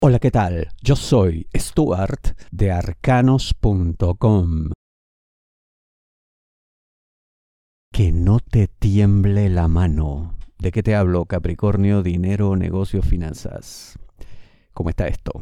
Hola, ¿qué tal? Yo soy Stuart de arcanos.com. Que no te tiemble la mano. ¿De qué te hablo? Capricornio, dinero, negocio, finanzas. ¿Cómo está esto?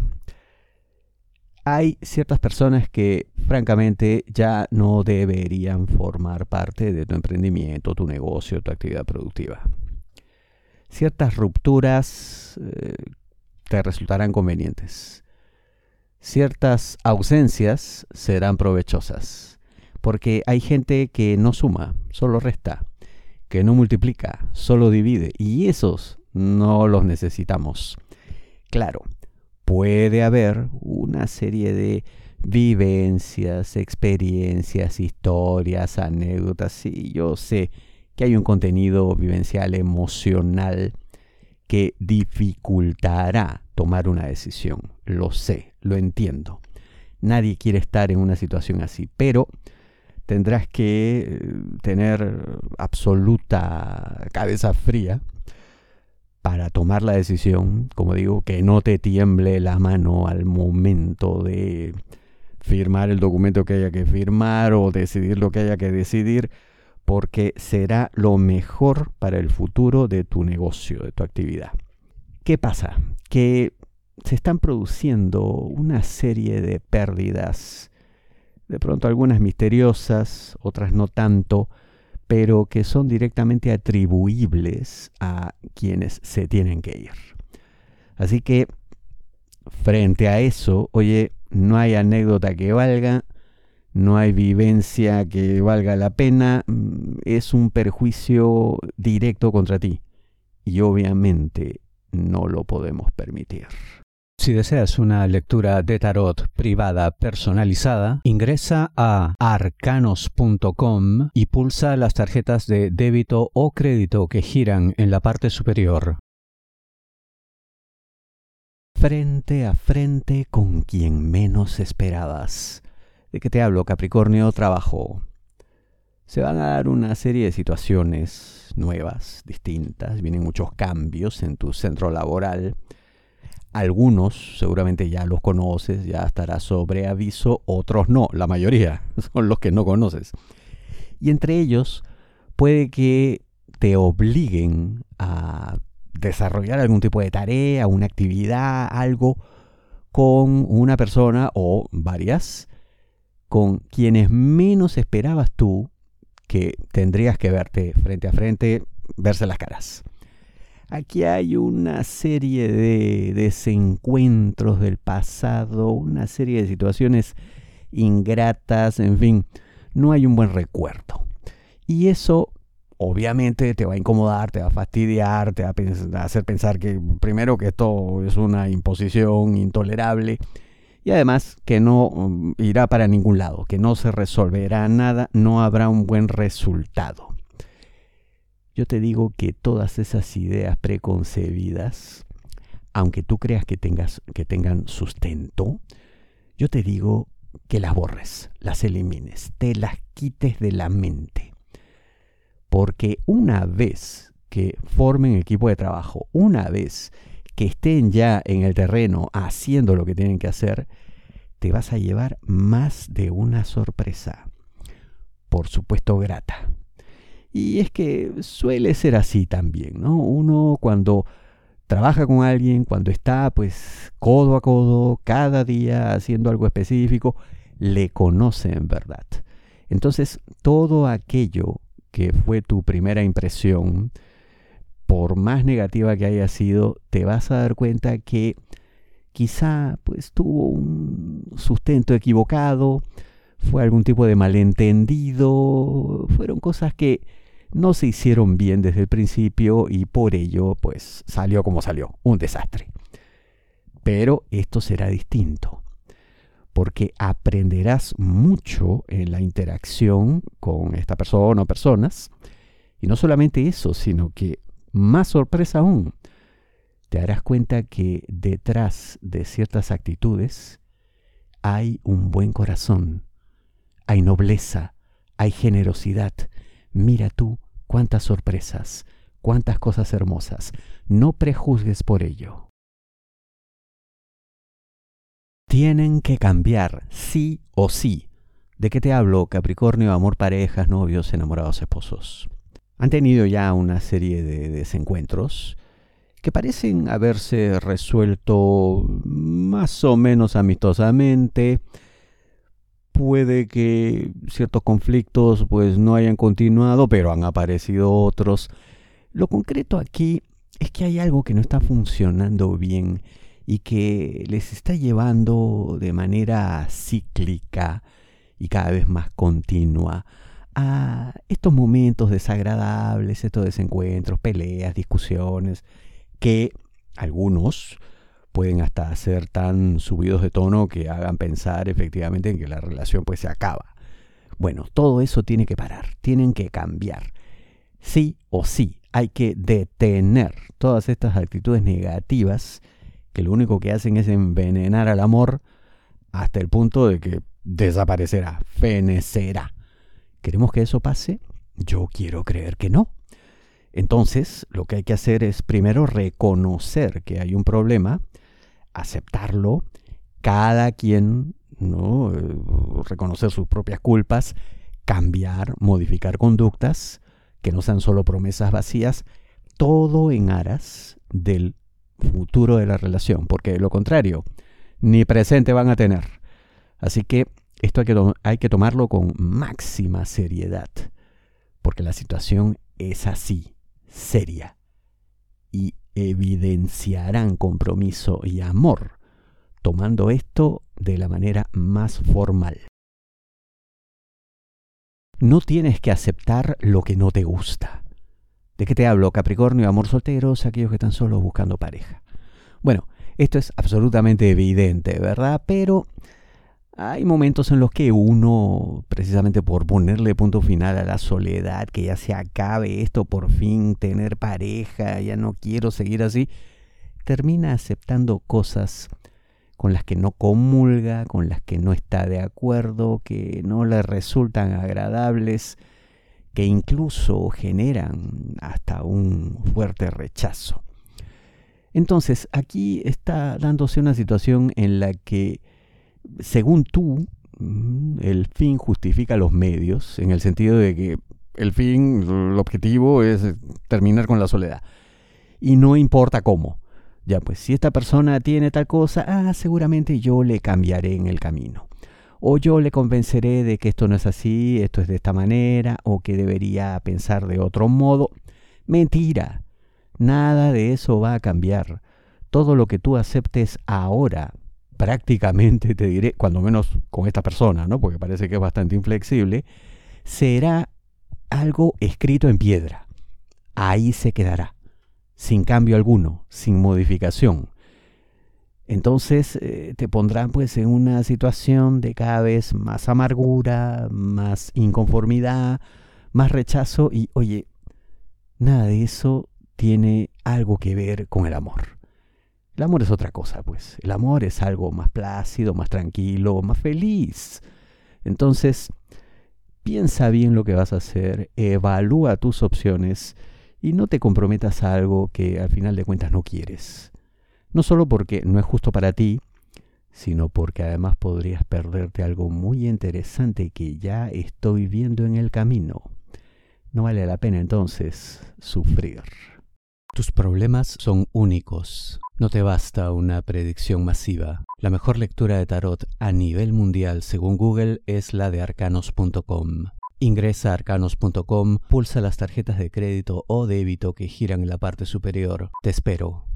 Hay ciertas personas que francamente ya no deberían formar parte de tu emprendimiento, tu negocio, tu actividad productiva. Ciertas rupturas te resultarán convenientes. Ciertas ausencias serán provechosas, porque hay gente que no suma, solo resta, que no multiplica, solo divide, y esos no los necesitamos. Claro, puede haber una serie de vivencias, experiencias, historias, anécdotas, sí, yo sé que hay un contenido vivencial, emocional, que dificultará tomar una decisión. Lo sé, lo entiendo. Nadie quiere estar en una situación así, pero tendrás que tener absoluta cabeza fría para tomar la decisión, como digo, que no te tiemble la mano al momento de firmar el documento que haya que firmar o decidir lo que haya que decidir, porque será lo mejor para el futuro de tu negocio, de tu actividad. ¿Qué pasa? Que se están produciendo una serie de pérdidas, de pronto algunas misteriosas, otras no tanto, pero que son directamente atribuibles a quienes se tienen que ir. Así que, frente a eso, oye, no hay anécdota que valga, no hay vivencia que valga la pena, es un perjuicio directo contra ti. Y obviamente no lo podemos permitir. Si deseas una lectura de tarot privada personalizada, ingresa a arcanos.com y pulsa las tarjetas de débito o crédito que giran en la parte superior. Frente a frente con quien menos esperabas. ¿De qué te hablo, Capricornio? Trabajo. Se van a dar una serie de situaciones nuevas, distintas. Vienen muchos cambios en tu centro laboral. Algunos seguramente ya los conoces, ya estará sobre aviso, otros no, la mayoría son los que no conoces. Y entre ellos puede que te obliguen a desarrollar algún tipo de tarea, una actividad, algo con una persona o varias, con quienes menos esperabas tú que tendrías que verte frente a frente, verse las caras. Aquí hay una serie de desencuentros del pasado, una serie de situaciones ingratas, en fin, no hay un buen recuerdo. Y eso obviamente te va a incomodar, te va a fastidiar, te va a hacer pensar que primero que esto es una imposición intolerable y además que no irá para ningún lado, que no se resolverá nada, no habrá un buen resultado. Yo te digo que todas esas ideas preconcebidas, aunque tú creas que tengan sustento, yo te digo que las borres, las elimines, te las quites de la mente. Porque una vez que formen equipo de trabajo, una vez que estén ya en el terreno haciendo lo que tienen que hacer, te vas a llevar más de una sorpresa. Por supuesto, grata. Y es que suele ser así también, ¿no? Uno cuando trabaja con alguien, cuando está pues codo a codo, cada día haciendo algo específico, le conoce en verdad. Entonces, todo aquello que fue tu primera impresión, por más negativa que haya sido, te vas a dar cuenta que quizá pues tuvo un sustento equivocado, fue algún tipo de malentendido, fueron cosas que no se hicieron bien desde el principio y por ello pues salió como salió, un desastre. Pero esto será distinto, porque aprenderás mucho en la interacción con esta persona o personas, y no solamente eso, sino que más sorpresa aún, te darás cuenta que detrás de ciertas actitudes hay un buen corazón, hay nobleza, hay generosidad. Mira tú cuántas sorpresas, cuántas cosas hermosas. No prejuzgues por ello. Tienen que cambiar, sí o sí. ¿De qué te hablo, Capricornio? Amor, parejas, novios, enamorados, esposos. Han tenido ya una serie de desencuentros que parecen haberse resuelto más o menos amistosamente. Puede que ciertos conflictos pues no hayan continuado, pero han aparecido otros. Lo concreto aquí es que hay algo que no está funcionando bien y que les está llevando de manera cíclica y cada vez más continua a estos momentos desagradables, estos desencuentros, peleas, discusiones, que algunos pueden hasta ser tan subidos de tono que hagan pensar efectivamente en que la relación pues se acaba. Bueno, todo eso tiene que parar, tienen que cambiar. Sí o sí, hay que detener todas estas actitudes negativas que lo único que hacen es envenenar al amor hasta el punto de que desaparecerá, fenecerá. ¿Queremos que eso pase? Yo quiero creer que no. Entonces, lo que hay que hacer es primero reconocer que hay un problema, aceptarlo, cada quien, ¿no? Reconocer sus propias culpas, cambiar, modificar conductas, que no sean solo promesas vacías, todo en aras del futuro de la relación, porque de lo contrario, ni presente van a tener. Así que esto hay que tomarlo con máxima seriedad, porque la situación es así, seria, y evidenciarán compromiso y amor, tomando esto de la manera más formal. No tienes que aceptar lo que no te gusta. ¿De qué te hablo, Capricornio? Amor, solteros, aquellos que están solos buscando pareja. Bueno, esto es absolutamente evidente, ¿verdad? Pero hay momentos en los que uno, precisamente por ponerle punto final a la soledad, que ya se acabe esto, por fin tener pareja, ya no quiero seguir así, termina aceptando cosas con las que no comulga, con las que no está de acuerdo, que no le resultan agradables, que incluso generan hasta un fuerte rechazo. Entonces, aquí está dándose una situación en la que, según tú, el fin justifica los medios, en el sentido de que el fin, el objetivo es terminar con la soledad. Y no importa cómo. Ya, pues, si esta persona tiene tal cosa, seguramente yo le cambiaré en el camino. O yo le convenceré de que esto no es así, esto es de esta manera, o que debería pensar de otro modo. Mentira. Nada de eso va a cambiar. Todo lo que tú aceptes ahora, prácticamente te diré, cuando menos con esta persona, ¿no? Porque parece que es bastante inflexible, será algo escrito en piedra. Ahí se quedará, sin cambio alguno, sin modificación. Entonces te pondrán pues en una situación de cada vez más amargura, más inconformidad, más rechazo y, oye, nada de eso tiene algo que ver con el amor. El amor es otra cosa, pues. El amor es algo más plácido, más tranquilo, más feliz. Entonces, piensa bien lo que vas a hacer, evalúa tus opciones y no te comprometas a algo que al final de cuentas no quieres. No solo porque no es justo para ti, sino porque además podrías perderte algo muy interesante que ya estoy viendo en el camino. No vale la pena entonces sufrir. Tus problemas son únicos. No te basta una predicción masiva. La mejor lectura de tarot a nivel mundial, según Google, es la de arcanos.com. Ingresa a arcanos.com, pulsa las tarjetas de crédito o débito que giran en la parte superior. Te espero.